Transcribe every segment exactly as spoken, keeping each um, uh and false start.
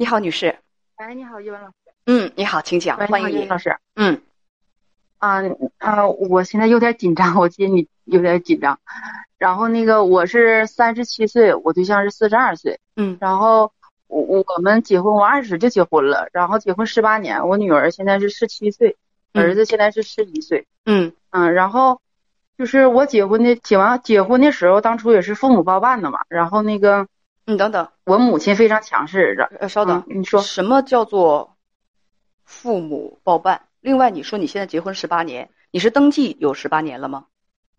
你好，女士。 喂，你好，叶文老师。 嗯，你好，请讲， 喂，你好， 欢迎你。 叶文老师。 嗯啊啊，我现在有点紧张，我记得你有点紧张。然后那个我是三十七岁，我对象是四十二岁。 嗯然后我我们结婚，我二十就结婚了，然后结婚十八年，我女儿现在是十七岁，儿嗯子现在是十一岁。 嗯嗯，然后就是我结婚的结完结婚的时候，当初也是父母包办的嘛。然后那个嗯，等等， 我母亲非常强势的。 呃，稍等， 嗯，你说。 什么叫做父母包办？另外，你说你现在结婚十八年，你是登记有十八年了吗？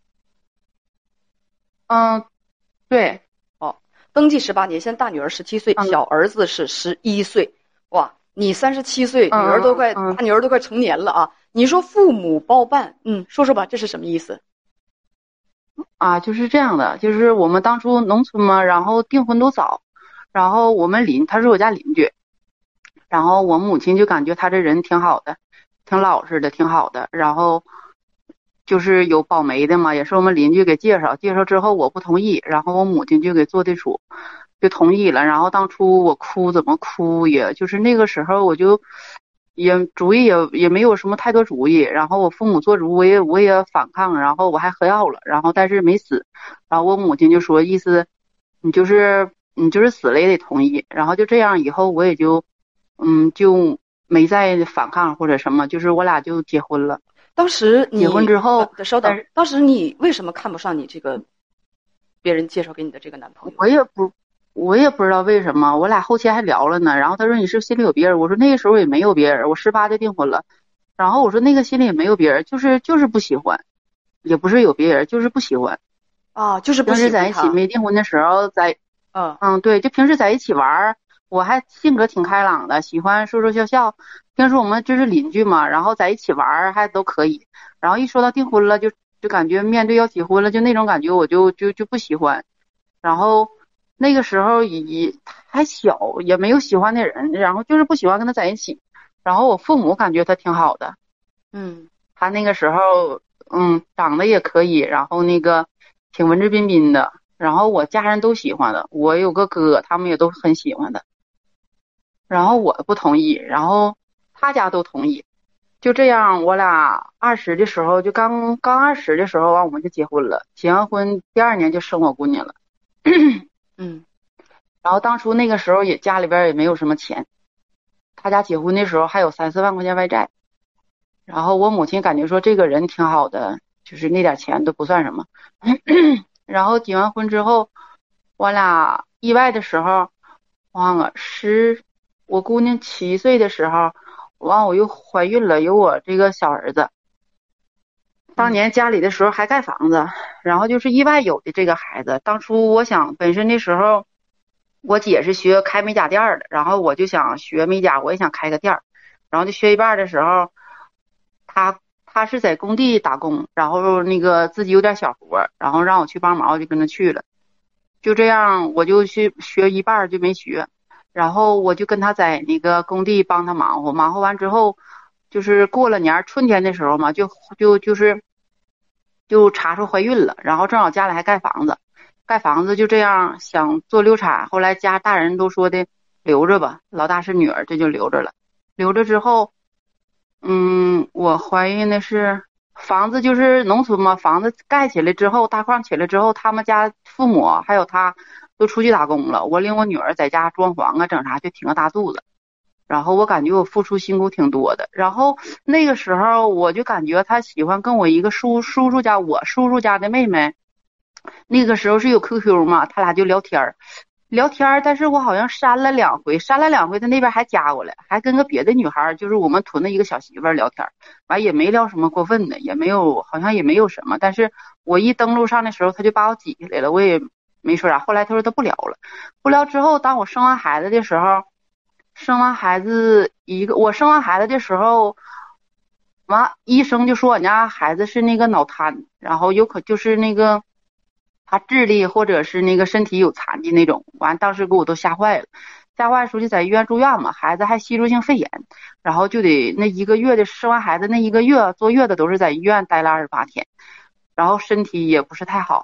嗯，对。 哦，登记十八年，现在大女儿十七岁， 嗯小儿子是十一岁。哇，你三十七岁，女儿都快， 嗯嗯嗯。 大女儿都快成年了啊！你说父母包办，嗯，说说吧，这是什么意思？ 啊，就是这样的，就是我们当初农村嘛，然后订婚都早，然后我们邻，他是我家邻居，然后我母亲就感觉他这人挺好的，挺老实的，挺好的，然后就是有保媒的嘛，也是我们邻居给介绍，介绍之后我不同意，然后我母亲就给做的主，就同意了。然后当初我哭怎么哭，也就是那个时候我就也主意也也没有什么太多主意，然后我父母做主，我也我也反抗，然后我还喝药了，然后但是没死，然后我母亲就说意思你就是你就是死了也得同意，然后就这样以后我也就嗯就没再反抗或者什么，就是我俩就结婚了。 当时结婚你呃， 之后， 稍等， 但是当时你为什么看不上你这个别人介绍给你的这个男朋友？ 我也不我也不知道为什么，我俩后期还聊了呢。然后他说你是心里有别人，我说那个时候也没有别人，我十八就订婚了。然后我说那个心里也没有别人，就是就是不喜欢，也不是有别人，就是不喜欢。 啊，就是不平时喜欢他。 在一起没订婚的时候在， 嗯嗯，对，就平时在一起玩儿，我还性格挺开朗的，喜欢说说笑笑。平时我们就是邻居嘛，然后在一起玩儿还都可以。然后一说到订婚了，就就感觉面对要结婚了，就那种感觉，我就就就不喜欢。然后那个时候也也还小，也没有喜欢的人，然后就是不喜欢跟他在一起。然后我父母感觉他挺好的， 嗯他那个时候嗯长得也可以，然后那个挺文质彬彬的，然后我家人都喜欢的，我有个哥，他们也都很喜欢的。然后我不同意，然后他家都同意，就这样我俩二十的时候就刚刚二十的时候完我们就结婚了，结完婚第二年就生我姑娘了。 嗯然后当初那个时候也家里边也没有什么钱，他家结婚的时候还有三四万块钱外债。然后我母亲感觉说这个人挺好的，就是那点钱都不算什么。然后结完婚之后，我俩意外的时候，忘了十，我姑娘七岁的时候，完我又怀孕了，有我这个小儿子。当嗯年家里的时候还盖房子，然后就是意外有的这个孩子。当初我想，本身的时候，我姐是学开美甲店儿的，然后我就想学美甲，我也想开个店儿。然后就学一半的时候，他他是在工地打工，然后那个自己有点小活儿，然后让我去帮忙，我就跟着去了。就这样，我就去学一半儿就没学，然后我就跟他在那个工地帮他忙活，忙活完之后，就是过了年儿春天的时候嘛，就就就是就查出怀孕了，然后正好家里还盖房子，盖房子就这样想做流产，后来家大人都说的留着吧，老大是女儿，这就留着了。留着之后，嗯，我怀孕的是房子，就是农村嘛，房子盖起来之后，大炕起来之后，他们家父母还有他都出去打工了，我领我女儿在家装潢啊，整啥就挺个大肚子。然后我感觉我付出辛苦挺多的。然后那个时候我就感觉他喜欢跟我一个叔叔叔家，我叔叔家的妹妹，那个时候是有 Q Q 嘛，他俩就聊天儿。聊天儿，但是我好像删了两回，删了两回，他那边还加过来，还跟个别的女孩儿，就是我们屯的一个小媳妇儿聊天儿，完也没聊什么过分的，也没有，好像也没有什么。但是我一登录上的时候，他就把我挤下来了，我也没说啥。后来他说他不聊了，不聊之后，当我生完孩子的时候，生完孩子一个，我生完孩子的时候，完医生就说俺家孩子是那个脑瘫，然后有可就是那个他智力或者是那个身体有残疾那种。完当时给我都吓坏了，吓坏出去在医院住院嘛，孩子还吸入性肺炎，然后就得那一个月的生完孩子那一个月坐月子都是在医院待了二十八天，然后身体也不是太好。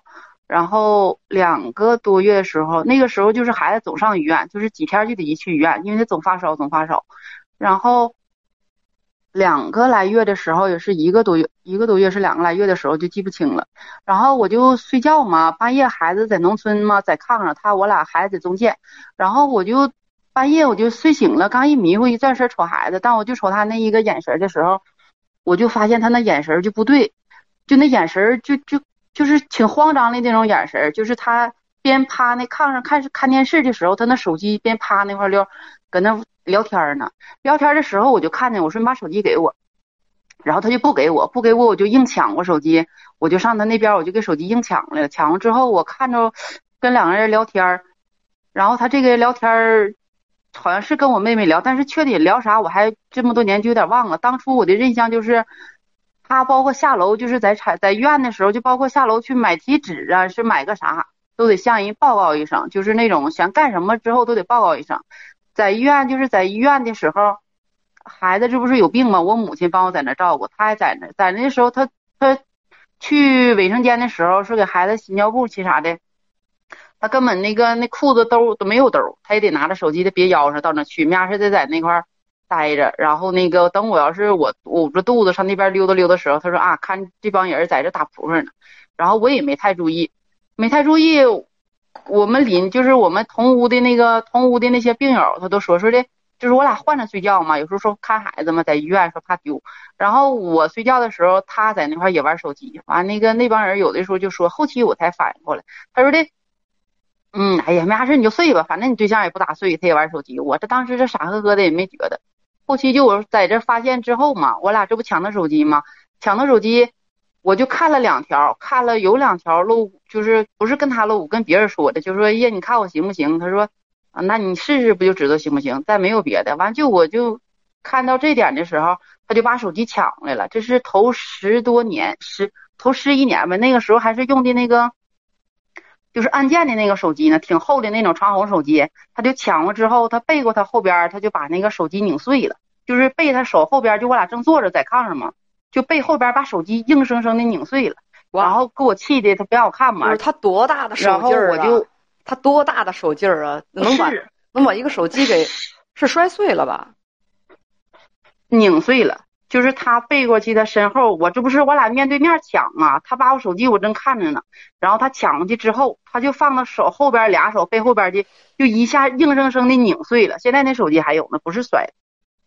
然后两个多月的时候，那个时候就是孩子总上医院，就是几天就得一去医院，因为他总发烧总发烧。然后两个来月的时候，也是一个多月，一个多月是两个来月的时候就记不清了。然后我就睡觉嘛，半夜孩子在农村嘛，在炕上，他我俩孩子在中间，然后我就半夜我就睡醒了，刚一迷糊一转身瞅孩子，但我就瞅他那一个眼神的时候，我就发现他那眼神就不对，就那眼神就就就是挺慌张的那种眼神，就是他边趴那炕上看看电视的时候，他那手机边趴那块聊，搁那聊天呢。聊天的时候我就看见，我说你把手机给我，然后他就不给我，不给我我就硬抢过手机，我就上他那边我就给手机硬抢来了。抢了之后我看着跟两个人聊天，然后他这个聊天好像是跟我妹妹聊，但是确定聊啥我还这么多年就有点忘了。当初我的印象就是他包括下楼就是在产在医院的时候，就包括下楼去买贴纸啊，是买个啥都得向人报告一声，就是那种想干什么之后都得报告一声。在医院就是在医院的时候，孩子这不是有病吗？我母亲帮我在那照顾，他还在那，在那时候他他去卫生间的时候，说给孩子洗尿布去啥的，他根本那个那裤子兜都没有兜，他也得拿着手机的别腰上到那去，面是得在那块待着。然后那个等我要是我捂着肚子上那边溜达溜达的时候，他说啊，看这帮人在这打扑克呢，然后我也没太注意，没太注意。我们邻就是我们同屋的那个同屋的那些病友，他都说说的，就是我俩换着睡觉嘛，有时候说看孩子嘛，在医院说怕丢，然后我睡觉的时候他在那块也玩手机，完那个那帮人有的时候就说，后期我才反应过来，他说的，嗯，哎呀没啥事你就睡吧，反正你对象也不咋睡，他也玩手机，我这当时这傻呵呵的也没觉得，后期就我在这发现之后嘛，我俩这不抢他手机吗？抢他手机。我就看了两条，看了有两条露，就是不是跟他露，跟别人说的，就说耶，你看我行不行？他说啊，那你试试不就知道行不行？再没有别的。完就我就看到这点的时候，他就把手机抢来了。这是头十多年，十头十一年吧，那个时候还是用的那个就是按键的那个手机呢，挺厚的那种长虹手机。他就抢过之后，他背过他后边，他就把那个手机拧碎了，就是背他手后边，就我俩正坐着在炕上嘛。就背后边把手机硬生生的拧碎了，然后给我气的他不让我看嘛。 不是他多大的手劲儿啊！ 然后我就他多大的手劲儿啊！能把能把一个手机给是摔碎了吧？ 拧碎了，就是他背过去，他身后我这不是我俩面对面抢嘛，他把我手机我正看着呢，然后他抢过去之后，他就放到手后边俩手背后边去，就一下硬生生的拧碎了。现在那手机还有呢，不是摔的。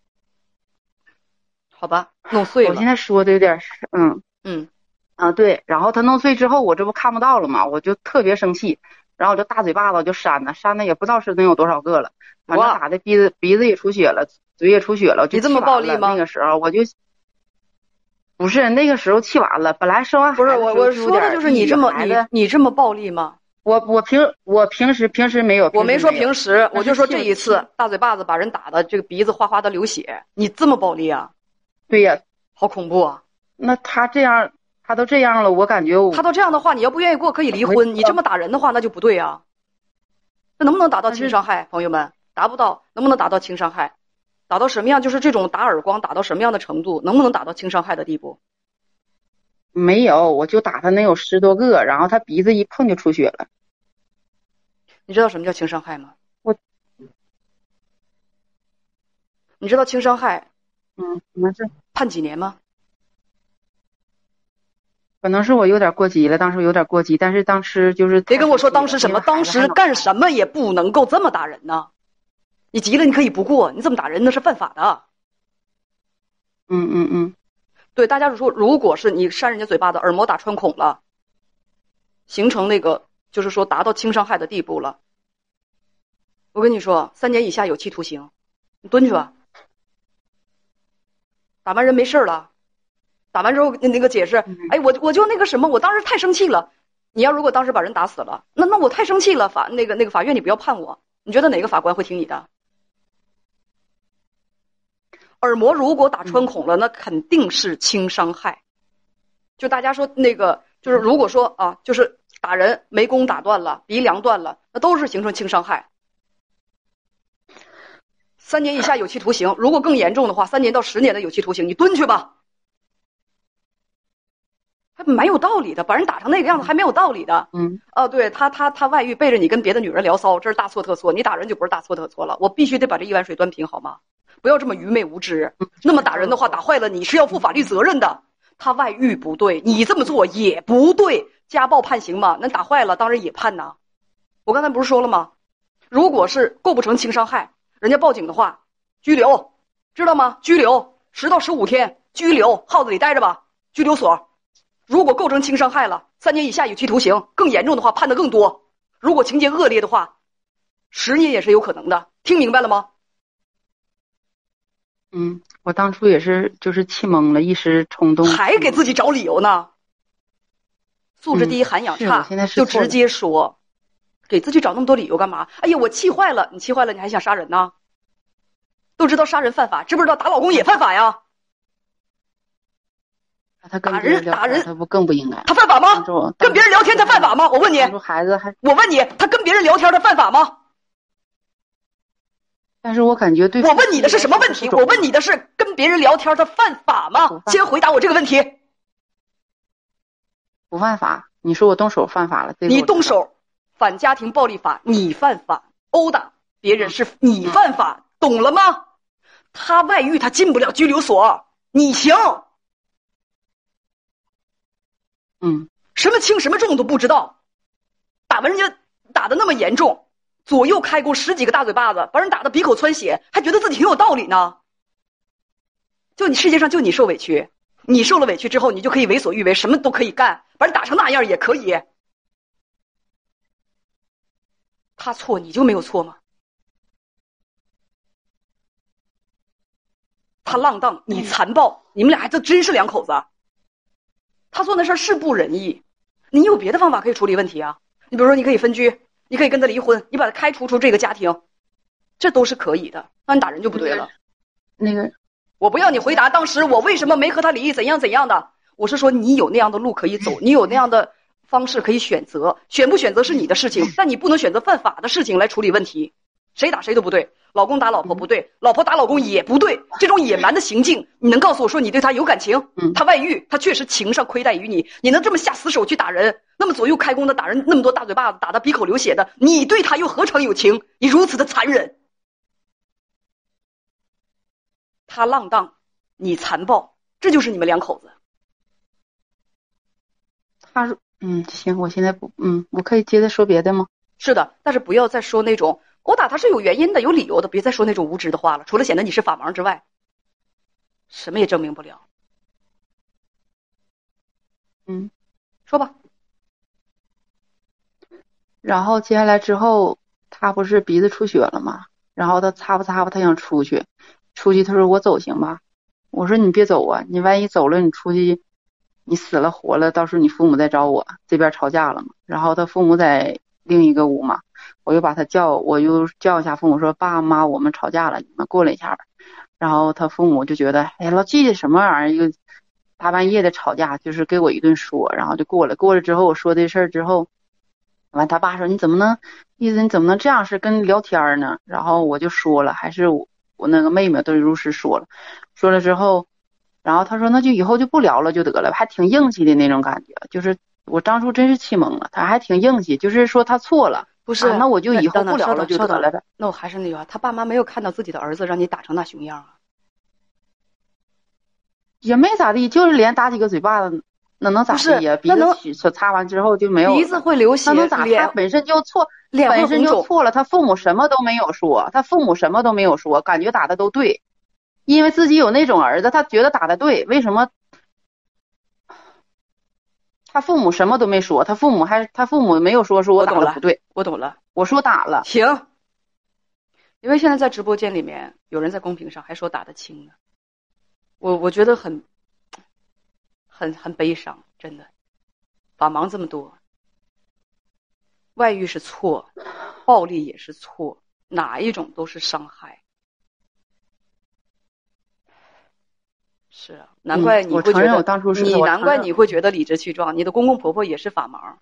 好吧，弄碎了。 我现在说的有点嗯嗯啊对，然后他弄碎之后，我这不看不到了嘛，我就特别生气，然后我就大嘴巴子我就扇他，扇的也不知道是能有多少个了，反正打的鼻子鼻子也出血了，嘴也出血了，就你这么暴力吗？ 那个时候我就不是那个时候气完了，本来生完孩子不是我我说的就是你这么你你这么暴力吗？ 我我平我平时平时没有， 我没说平时，我就说这一次大嘴巴子把人打的这个鼻子哗哗的流血，你这么暴力啊？ 对呀， 好恐怖啊！ 那他这样，他都这样了，我感觉我他都这样的话，你要不愿意过可以离婚。你这么打人的话，那就不对啊。那能不能达到轻伤害？朋友们，达不到，能不能达到轻伤害？达到什么样？就是这种打耳光打到什么样的程度？能不能达到轻伤害的地步？ 没有，我就打他能有十多个，然后他鼻子一碰就出血了。 你知道什么叫轻伤害吗？ 我， 你知道轻伤害？ 嗯，可能是判几年吗？ 可能是我有点过激了，当时有点过激，但是当时就是别跟我说当时什么，当时干什么也不能够这么打人呢。你急了你可以不过，你这么打人那是犯法的。 嗯嗯嗯， 对，大家说，如果是你扇人家嘴巴子，耳膜打穿孔了，形成那个就是说达到轻伤害的地步了，我跟你说，三年以下有期徒刑，你蹲去吧。打完人没事了，打完之后那个解释，哎，我我就那个什么，我当时太生气了。你要如果当时把人打死了，那那我太生气了，法那个那个法院你不要判我，你觉得哪个法官会听你的？耳膜如果打穿孔了，那肯定是轻伤害。就大家说那个，就是如果说啊，就是打人眉弓打断了，鼻梁断了，那都是形成轻伤害。三年以下有期徒刑，如果更严重的话，三年到十年的有期徒刑，你蹲去吧。 这蛮有道理的，把人打成那个样子还没有道理的。 嗯， 哦，对他他他外遇背着你跟别的女人聊骚，这是大错特错。你打人就不是大错特错了，我必须得把这一碗水端平，好吗？不要这么愚昧无知。那么打人的话，打坏了你是要负法律责任的。他外遇不对，你这么做也不对，家暴判刑嘛，那打坏了当然也判呐。我刚才不是说了吗？如果是构不成轻伤害，人家报警的话，拘留，知道吗？拘留十到十五天，拘留，耗子里待着吧，拘留所。如果构成轻伤害了，三年以下有期徒刑，更严重的话判得更多。如果情节恶劣的话，十年也是有可能的。听明白了吗？ 嗯，我当初也是就是气懵了，一时冲动， 还给自己找理由呢。素质低，涵养差， 嗯、 就直接说，给自己找那么多理由干嘛？哎呀，我气坏了，你气坏了，你还想杀人呢？都知道杀人犯法，知不知道打老公也犯法呀？ 他跟别人打人， 他不更不应该？ 他犯法吗？跟别人聊天他犯法吗？我问你， 孩子还我问你，他跟别人聊天他犯法吗？ 但是我感觉对。 我问你的是什么问题？我问你的是跟别人聊天他犯法吗？先回答我这个问题。 不犯法，你说我动手犯法了？这个、 你动手，反家庭暴力法你犯法，殴打别人是你犯法，懂了吗？他外遇他进不了拘留所，你行。 嗯， 什么轻什么重都不知道，打完人家打得那么严重，左右开弓十几个大嘴巴子，把人打得鼻口窜血，还觉得自己挺有道理呢。就你世界上就你受委屈，你受了委屈之后，你就可以为所欲为，什么都可以干，把人打成那样也可以。他错你就没有错吗？他浪荡你残暴，你们俩还都真是两口子。他做那事儿是不仁义，你有别的方法可以处理问题啊。你比如说你可以分居，你可以跟他离婚，你把他开除出这个家庭，这都是可以的。那你打人就不对了。 那个我不要你回答当时我为什么没和他离，怎样怎样的，我是说你有那样的路可以走，你有那样的方式可以选择，选不选择是你的事情，但你不能选择犯法的事情来处理问题。谁打谁都不对，老公打老婆不对，老婆打老公也不对，这种野蛮的行径，你能告诉我说你对他有感情？他外遇，他确实情上亏待于你，你能这么下死手去打人，那么左右开弓的打人，那么多大嘴巴子，打他鼻口流血的，你对他又何尝有情？你如此的残忍。他浪荡，你残暴，这就是你们两口子。 他说，嗯，行，我现在不，嗯，我可以接着说别的吗？ 是的，但是不要再说那种我打他是有原因的、有理由的，别再说那种无知的话了。除了显得你是法盲之外，什么也证明不了。 嗯， 说吧。 然后接下来之后，他不是鼻子出血了吗？然后他擦吧擦吧，他想出去，出去他说我走行吧？我说你别走啊，你万一走了，你出去，你死了活了，到时候你父母再找我，这边吵架了嘛。然后他父母在另一个屋嘛。我又把他叫，我又叫一下父母说爸妈我们吵架了，你们过来一下吧。然后他父母就觉得哎老季什么玩意儿，一个大半夜的吵架，就是给我一顿说，然后就过来。过来之后我说这事儿之后，完他爸说你怎么能意思你怎么能这样式跟聊天呢？然后我就说了，还是我我那个妹妹都如实说了，说了之后，然后他说那就以后就不聊了就得了，还挺硬气的那种感觉。就是我当初真是气懵了，他还挺硬气，就是说他错了。 不是、 啊，那我就以后不聊了就得了呗。 那我还是那句话，他爸妈没有看到自己的儿子让你打成那熊样啊？ 也没咋地，就是连打几个嘴巴子，那能咋地呀？鼻子所擦完之后就没有， 鼻子会流血， 那能咋？他本身就错，本身就错了。他父母什么都没有说，他父母什么都没有说，感觉打的都对，因为自己有那种儿子，他觉得打的对，为什么？他父母什么都没说，他父母还他父母没有说说我打的不对， 我懂了， 我说打了， 行。因为现在在直播间里面有人在公屏上还说打得轻呢，我我觉得很很很悲伤，真的，法盲这么多，外遇是错，暴力也是错，哪一种都是伤害。是啊，难怪你会觉得， 嗯、我我当初是你难怪你会觉得理直气壮。你的公公婆婆也是法盲，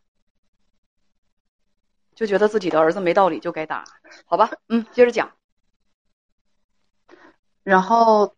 就觉得自己的儿子没道理就该打，好吧？嗯，接着讲。 然后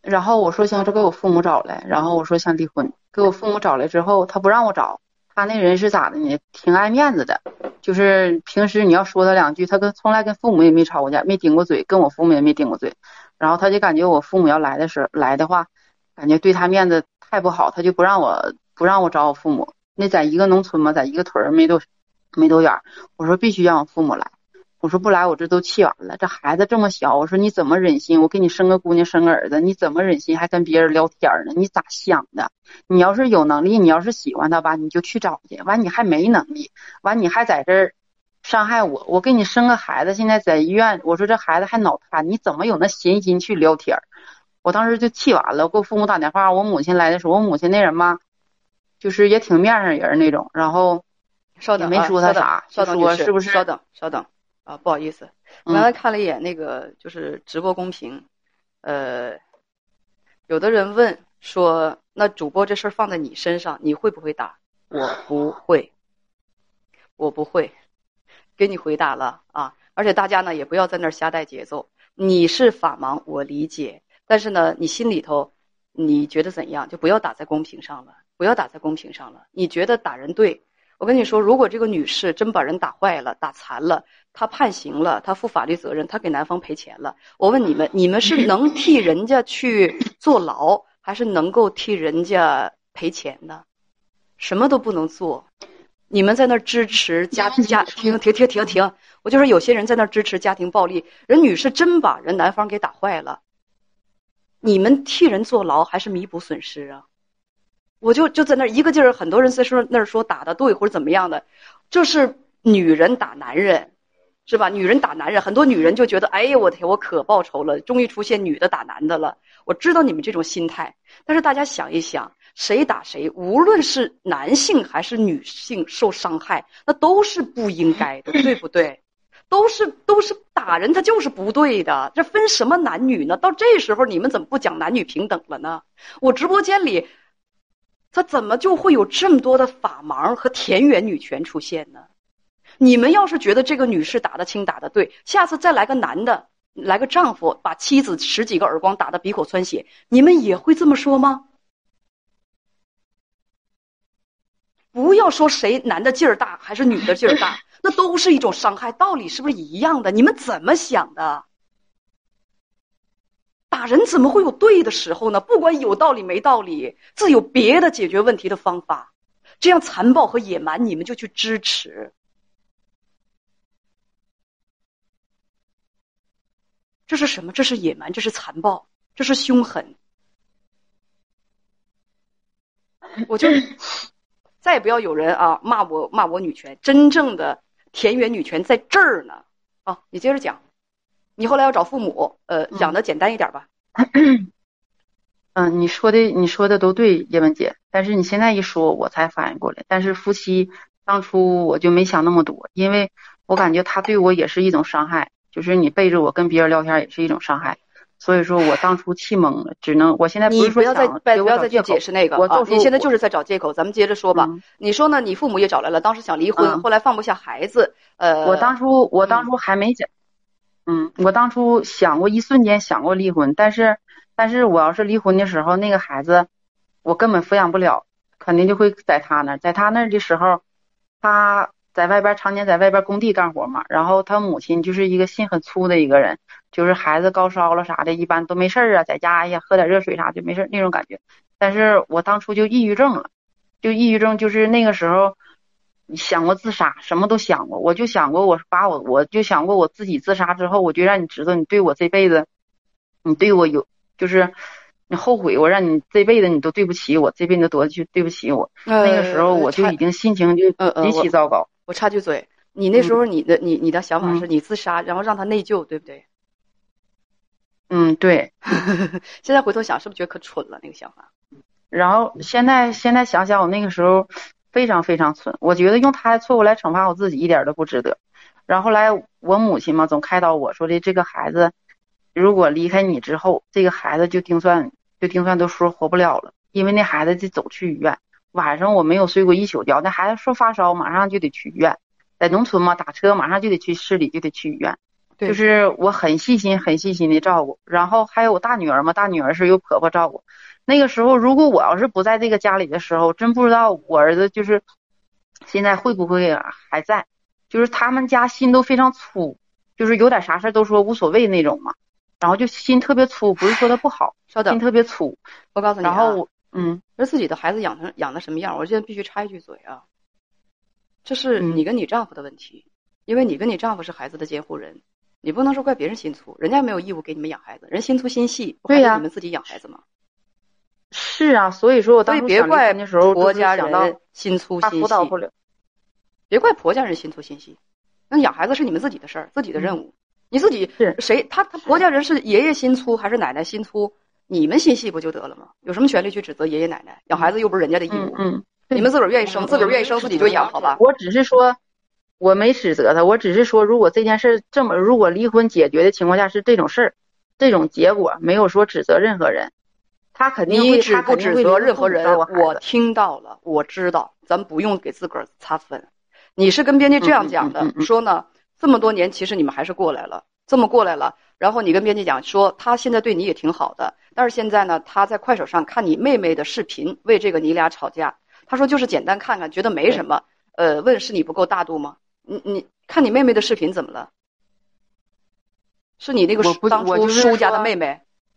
然后我说想这给我父母找来，然后我说想离婚，给我父母找来之后，他不让我找，他那人是咋的呢？挺爱面子的，就是平时你要说他两句，他跟从来跟父母也没吵过架，没顶过嘴，跟我父母也没顶过嘴。然后他就感觉我父母要来的时候来的话，感觉对他面子太不好，他就不让我不让我找我父母。那在一个农村嘛，在一个屯儿没多没多远，我说必须让我父母来。我说不来，我这都气完了。这孩子这么小，我说你怎么忍心？我给你生个姑娘，生个儿子，你怎么忍心还跟别人聊天呢？你咋想的？你要是有能力，你要是喜欢他吧，你就去找去。完，你还没能力，完你还在这儿伤害我。我给你生个孩子，现在在医院，我说这孩子还脑瘫，你怎么有那闲心去聊天？我当时就气完了，我给我父母打电话。我母亲来的时候，我母亲那人嘛，就是也挺面上人那种，然后稍等也没说他啥， 稍等， 说是不是？ 稍等，稍等。啊，不好意思，我刚才看了一眼那个就是直播公屏，呃，有的人问说，那主播这事儿放在你身上，你会不会打？我不会，我不会，给你回答了啊！而且大家呢也不要在那儿瞎带节奏。你是法盲，我理解，但是呢，你心里头你觉得怎样？就不要打在公屏上了，不要打在公屏上了。你觉得打人对？我跟你说，如果这个女士真把人打坏了、打残了，她判刑了，她负法律责任，她给男方赔钱了。我问你们，你们是能替人家去坐牢，还是能够替人家赔钱呢？什么都不能做。你们在那儿支持家家停停停停停！我就说有些人在那儿支持家庭暴力，人女士真把人男方给打坏了，你们替人坐牢还是弥补损失啊？我就就在那儿一个劲儿，很多人在说那儿说打的对或者怎么样的，这是女人打男人，是吧？女人打男人，很多女人就觉得，哎呀，我天，我可报仇了，终于出现女的打男的了。我知道你们这种心态，但是大家想一想，谁打谁，无论是男性还是女性受伤害，那都是不应该的，对不对？都是都是打人，他就是不对的，这分什么男女呢？到这时候你们怎么不讲男女平等了呢？我直播间里。他怎么就会有这么多的法盲和田园女权出现呢？你们要是觉得这个女士打得轻打得对，下次再来个男的，来个丈夫把妻子十几个耳光打得鼻口窜血，你们也会这么说吗？不要说谁男的劲儿大还是女的劲儿大，那都是一种伤害，道理是不是一样的？你们怎么想的？打人怎么会有对的时候呢？不管有道理没道理，自有别的解决问题的方法。这样残暴和野蛮，你们就去支持，这是什么？这是野蛮，这是残暴，这是凶狠。我就再也不要有人啊骂我骂我女权，真正的田园女权在这儿呢。啊，你接着讲。你后来要找父母，呃，讲的简单一点吧。 嗯，你说的你说的都对，叶文姐。但是你现在一说，我才反应过来。但是夫妻当初我就没想那么多，因为我感觉他对我也是一种伤害，就是你背着我跟别人聊天也是一种伤害。所以说我当初气懵了，只能我现在不是说想你不要再不要再去解释那个啊！你现在就是在找借口，咱们接着说吧。 嗯、 你说呢？你父母也找来了，当时想离婚，嗯、后来放不下孩子。呃， 我当初我当初还没讲。嗯，我当初想过，一瞬间想过离婚，但是，但是我要是离婚的时候，那个孩子，我根本抚养不了，肯定就会在他那儿，在他那儿的时候，他在外边常年在外边工地干活嘛，然后他母亲就是一个心很粗的一个人，就是孩子高烧了啥的，一般都没事儿啊，在家哎呀喝点热水啥就没事那种感觉，但是我当初就抑郁症了，就抑郁症就是那个时候。想过自杀，什么都想过，我就想过我把我我就想过我自己自杀之后，我就让你知道你对我这辈子，你对我有就是你后悔，我让你这辈子你都对不起我，这辈子都多去对不起我。呃、那个时候我就已经心情就极其糟糕。呃呃、 我, 我插句嘴，你那时候你的、嗯、你你的想法是你自杀，嗯、然后让他内疚，对不对？ 嗯，对。 现在回头想，是不是觉得可蠢了那个想法？ 然后现在现在想想，我那个时候。非常非常蠢，我觉得用他的错误来惩罚我自己一点都不值得。然后后来我母亲嘛总开导我说的，这个孩子如果离开你之后，这个孩子就定算就定算都说活不了了，因为那孩子就走去医院，晚上我没有睡过一宿觉，那孩子说发烧马上就得去医院，在农村嘛打车马上就得去市里就得去医院， 就是我很细心很细心的照顾。然后还有我大女儿嘛，大女儿是由婆婆照顾。那个时候如果我要是不在这个家里的时候，真不知道我儿子就是现在会不会还在。就是他们家心都非常粗，就是有点啥事都说无所谓那种嘛，然后就心特别粗，不是说他不好， 稍等， 心特别粗。 我告诉你、啊， 然后我嗯， 这自己的孩子养成养的什么样，我现在必须插一句嘴啊，这是你跟你丈夫的问题、嗯，因为你跟你丈夫是孩子的监护人，你不能说怪别人心粗，人家没有义务给你们养孩子，人心粗心细，不还是你们自己养孩子吗？ 是啊，所以说我当初想离婚的时候， 婆家人心粗心细， 辅导不了。 别怪婆家人心粗心细，那养孩子是你们自己的事儿，自己的任务。嗯、你自己是谁？他他婆家人是爷爷心粗还是奶奶心粗？你们心细不就得了吗？有什么权利去指责爷爷奶奶？养孩子又不是人家的义务。 嗯，嗯你们自个儿愿意生，自个儿愿意生自己就养，好吧？ 我只是说，我没指责他，我只是说，如果这件事这么，如果离婚解决的情况下是这种事儿，这种结果，没有说指责任何人。他肯定会， 你指不指责任何人？ 我我听到了，我知道，咱们不用给自个儿擦粉。你是跟编辑这样讲的， 嗯嗯嗯嗯、 说呢，这么多年其实你们还是过来了，这么过来了，然后你跟编辑讲说，他现在对你也挺好的，但是现在呢，他在快手上看你妹妹的视频，为这个你俩吵架。他说就是简单看看，觉得没什么，呃，问是你不够大度吗？你你看你妹妹的视频怎么了？是你那个当初输家的妹妹。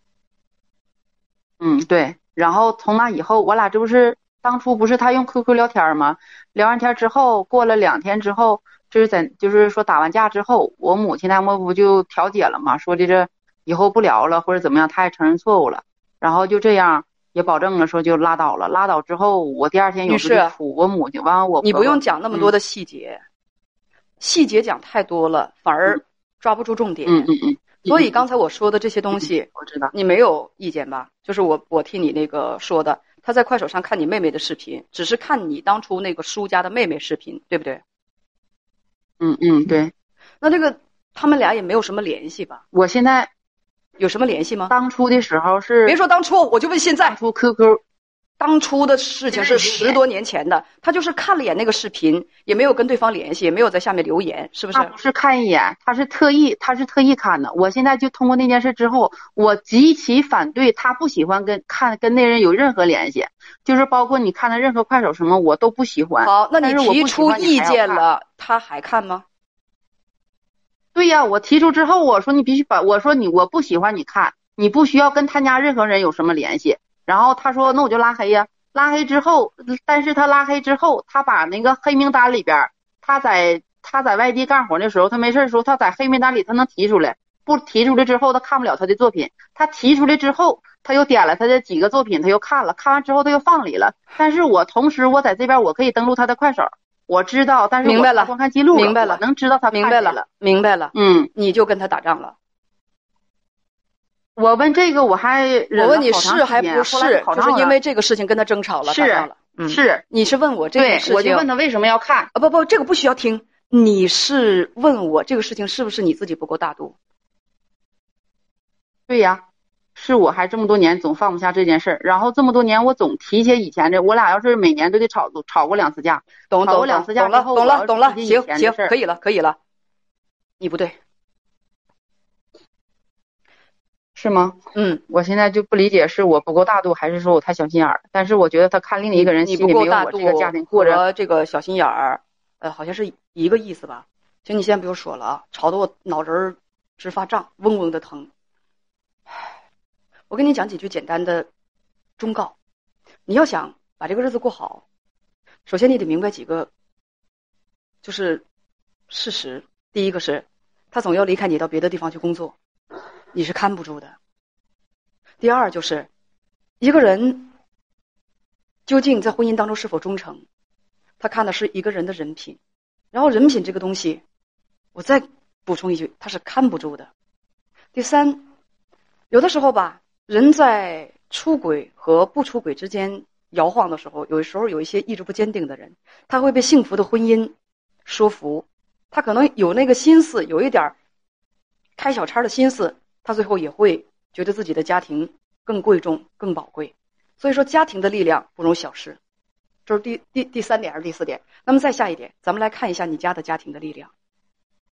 嗯，对。然后从那以后，我俩这不是当初不是他用 Q Q 聊天吗？聊完天之后，过了两天之后，就是在就是说打完架之后，我母亲他们不就调解了嘛，说的这以后不聊了或者怎么样，他也承认错误了，然后就这样也保证了说就拉倒了。拉倒之后，我第二天有事哭，我母亲完我你不用讲那么多的细节，嗯、细节讲太多了，反而抓不住重点。 嗯嗯嗯。 所以刚才我说的这些东西， 嗯、我知道你没有意见吧？就是我我替你那个说的，他在快手上看你妹妹的视频，只是看你当初那个输家的妹妹视频，对不对？ 嗯嗯，对。 那这个他们俩也没有什么联系吧？ 我现在有什么联系吗？ 当初的时候是别说当初，我就问现在。 当初 Q Q。 当初的事情是十多年前的，他就是看了眼那个视频，也没有跟对方联系，也没有在下面留言，是不是？ 他不是看一眼，他是特意，他是特意看的。我现在就通过那件事之后，我极其反对他不喜欢跟看跟那人有任何联系，就是包括你看的任何快手什么，我都不喜欢。 好，那你提出意见了， 他还看吗？ 对呀，我提出之后，我说你必须把，我说你我不喜欢你看，你不需要跟他家任何人有什么联系。然后他说那我就拉黑呀，拉黑之后，但是他拉黑之后，他把那个黑名单里边，他在他在外地干活的时候，他没事的时候，他在黑名单里他能提出来，不提出来之后他看不了他的作品，他提出来之后，他又点了他的几个作品，他又看了，看完之后他又放里了。但是我同时我在这边我可以登录他的快手，我知道，但是明白了， 观看记录明白了， 能知道他看明白了，明白了， 嗯， 你就跟他打仗了。 我问这个我还我问你是还不是，就是因为这个事情跟他争吵了， 是打仗了。嗯， 是， 你是问我这个事情， 我就问他为什么要看？ 啊不不，这个不需要听。你是问我这个事情是不是你自己不够大度？ 对呀，是我还这么多年总放不下这件事儿，然后这么多年我总提起以前的，我俩要是每年都得吵吵过两次架， 懂吵过两次架之后， 懂了懂了懂了，行行， 可可以了可以了，你不对。 是吗？ 嗯， 我现在就不理解是我不够大度，还是说我太小心眼儿？但是我觉得他看另一个人心里没有我这个家庭过着。 和这个小心眼儿，呃，好像是一个意思吧？行，你先不用说了啊，吵得我脑仁直发胀，嗡嗡的疼。我跟你讲几句简单的忠告：你要想把这个日子过好，首先你得明白几个，就是事实。第一个是，他总要离开你到别的地方去工作。你是看不住的。第二就是，一个人究竟在婚姻当中是否忠诚，他看的是一个人的人品。然后人品这个东西，我再补充一句，他是看不住的。第三，有的时候吧，人在出轨和不出轨之间摇晃的时候，有的时候有一些意志不坚定的人，他会被幸福的婚姻说服，他可能有那个心思，有一点开小差的心思，他最后也会觉得自己的家庭更贵重、更宝贵。所以说，家庭的力量不容小视。这是第第第三点还是第四点？那么再下一点，咱们来看一下你家的家庭的力量。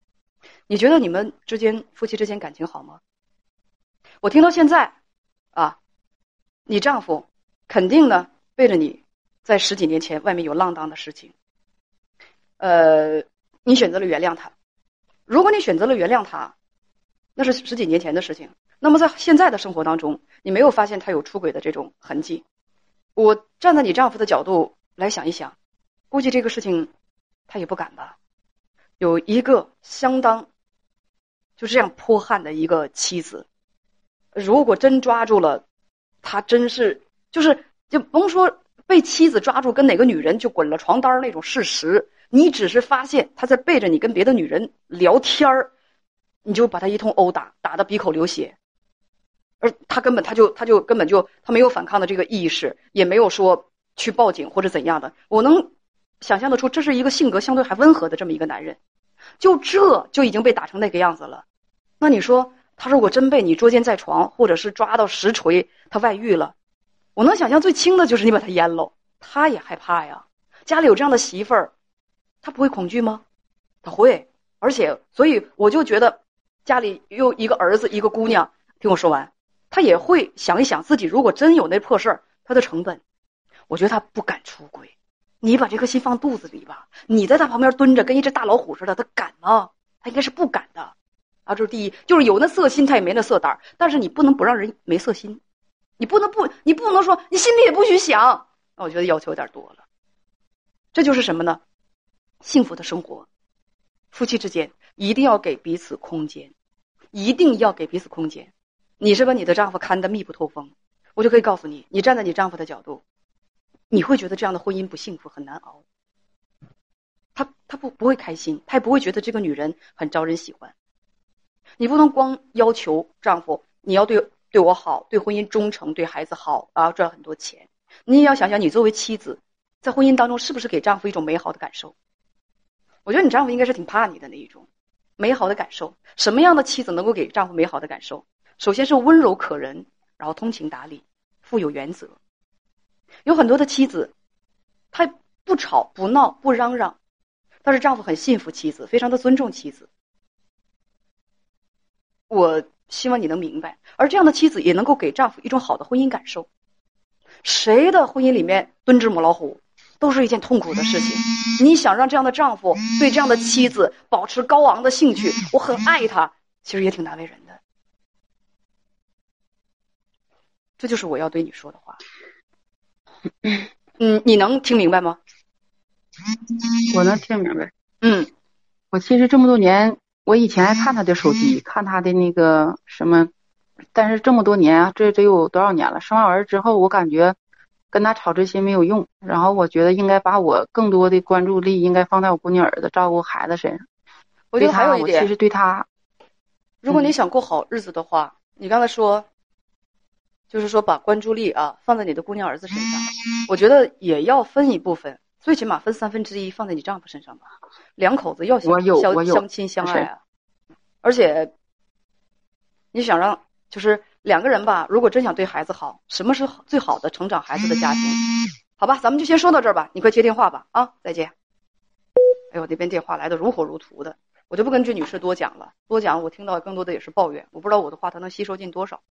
你觉得你们之间夫妻之间感情好吗？我听到现在啊，你丈夫肯定呢背着你在十几年前外面有浪荡的事情，呃，你选择了原谅他。如果你选择了原谅他，那是十几年前的事情。那么在现在的生活当中，你没有发现他有出轨的这种痕迹。我站在你丈夫的角度来想一想，估计这个事情他也不敢吧。有一个相当就这样泼悍的一个妻子，如果真抓住了，他真是就是就甭说被妻子抓住跟哪个女人就滚了床单那种事实，你只是发现他在背着你跟别的女人聊天儿，你就把他一通殴打，打得鼻口流血，而他根本他就他就根本就他没有反抗的这个意识，也没有说去报警或者怎样的。我能想象得出，这是一个性格相对还温和的这么一个男人，就这就已经被打成那个样子了。那你说他如果真被你捉奸在床，或者是抓到实锤他外遇了，我能想象最轻的就是你把他阉了，他也害怕呀。家里有这样的媳妇儿，他不会恐惧吗？他会。而且所以我就觉得家里有一个儿子一个姑娘，听我说完，他也会想一想自己如果真有那破事儿，他的成本，我觉得他不敢出轨。你把这颗心放肚子里吧，你在他旁边蹲着跟一只大老虎似的，他敢吗？他应该是不敢的啊。这是第一，就是有那色心他也没那色胆，但是你不能不让人没色心，你不能不你不能说你心里也不许想，那我觉得要求有点多了。这就是什么呢？幸福的生活，夫妻之间一定要给彼此空间，一定要给彼此空间。你是把你的丈夫看得密不透风，我就可以告诉你，你站在你丈夫的角度，你会觉得这样的婚姻不幸福，很难熬。他他不不会开心，他也不会觉得这个女人很招人喜欢。你不能光要求丈夫你要对对我好，对婚姻忠诚，对孩子好啊，赚很多钱。你也要想想，你作为妻子，在婚姻当中是不是给丈夫一种美好的感受？我觉得你丈夫应该是挺怕你的那一种美好的感受。什么样的妻子能够给丈夫美好的感受？首先是温柔可人，然后通情达理，富有原则。有很多的妻子，她不吵不闹不嚷嚷，但是丈夫很信服妻子，非常的尊重妻子。我希望你能明白，而这样的妻子也能够给丈夫一种好的婚姻感受。谁的婚姻里面蹲只母老虎，都是一件痛苦的事情。你想让这样的丈夫对这样的妻子保持高昂的兴趣，我很爱她，其实也挺难为人的。这就是我要对你说的话。嗯，你能听明白吗？ 我能听明白。 嗯， 我其实这么多年，我以前还看他的手机，看他的那个什么，但是这么多年啊，这这有多少年了？生完儿之后，我感觉跟他吵这些没有用，然后我觉得应该把我更多的关注力应该放在我闺女儿子照顾孩子身上。 我觉得还有一点， 我其实对他， 如果你想过好日子的话，嗯、你刚才说，就是说把关注力啊放在你的姑娘儿子身上，我觉得也要分一部分，最起码分三分之一放在你丈夫身上吧。两口子要相相相亲相爱啊，而且你想让就是两个人吧，如果真想对孩子好，什么是最好的成长孩子的家庭？好吧，咱们就先说到这儿吧，你快接电话吧啊，再见。哎呦，那边电话来的如火如荼的，我就不跟这女士多讲了，多讲我听到更多的也是抱怨，我不知道我的话她能吸收进多少。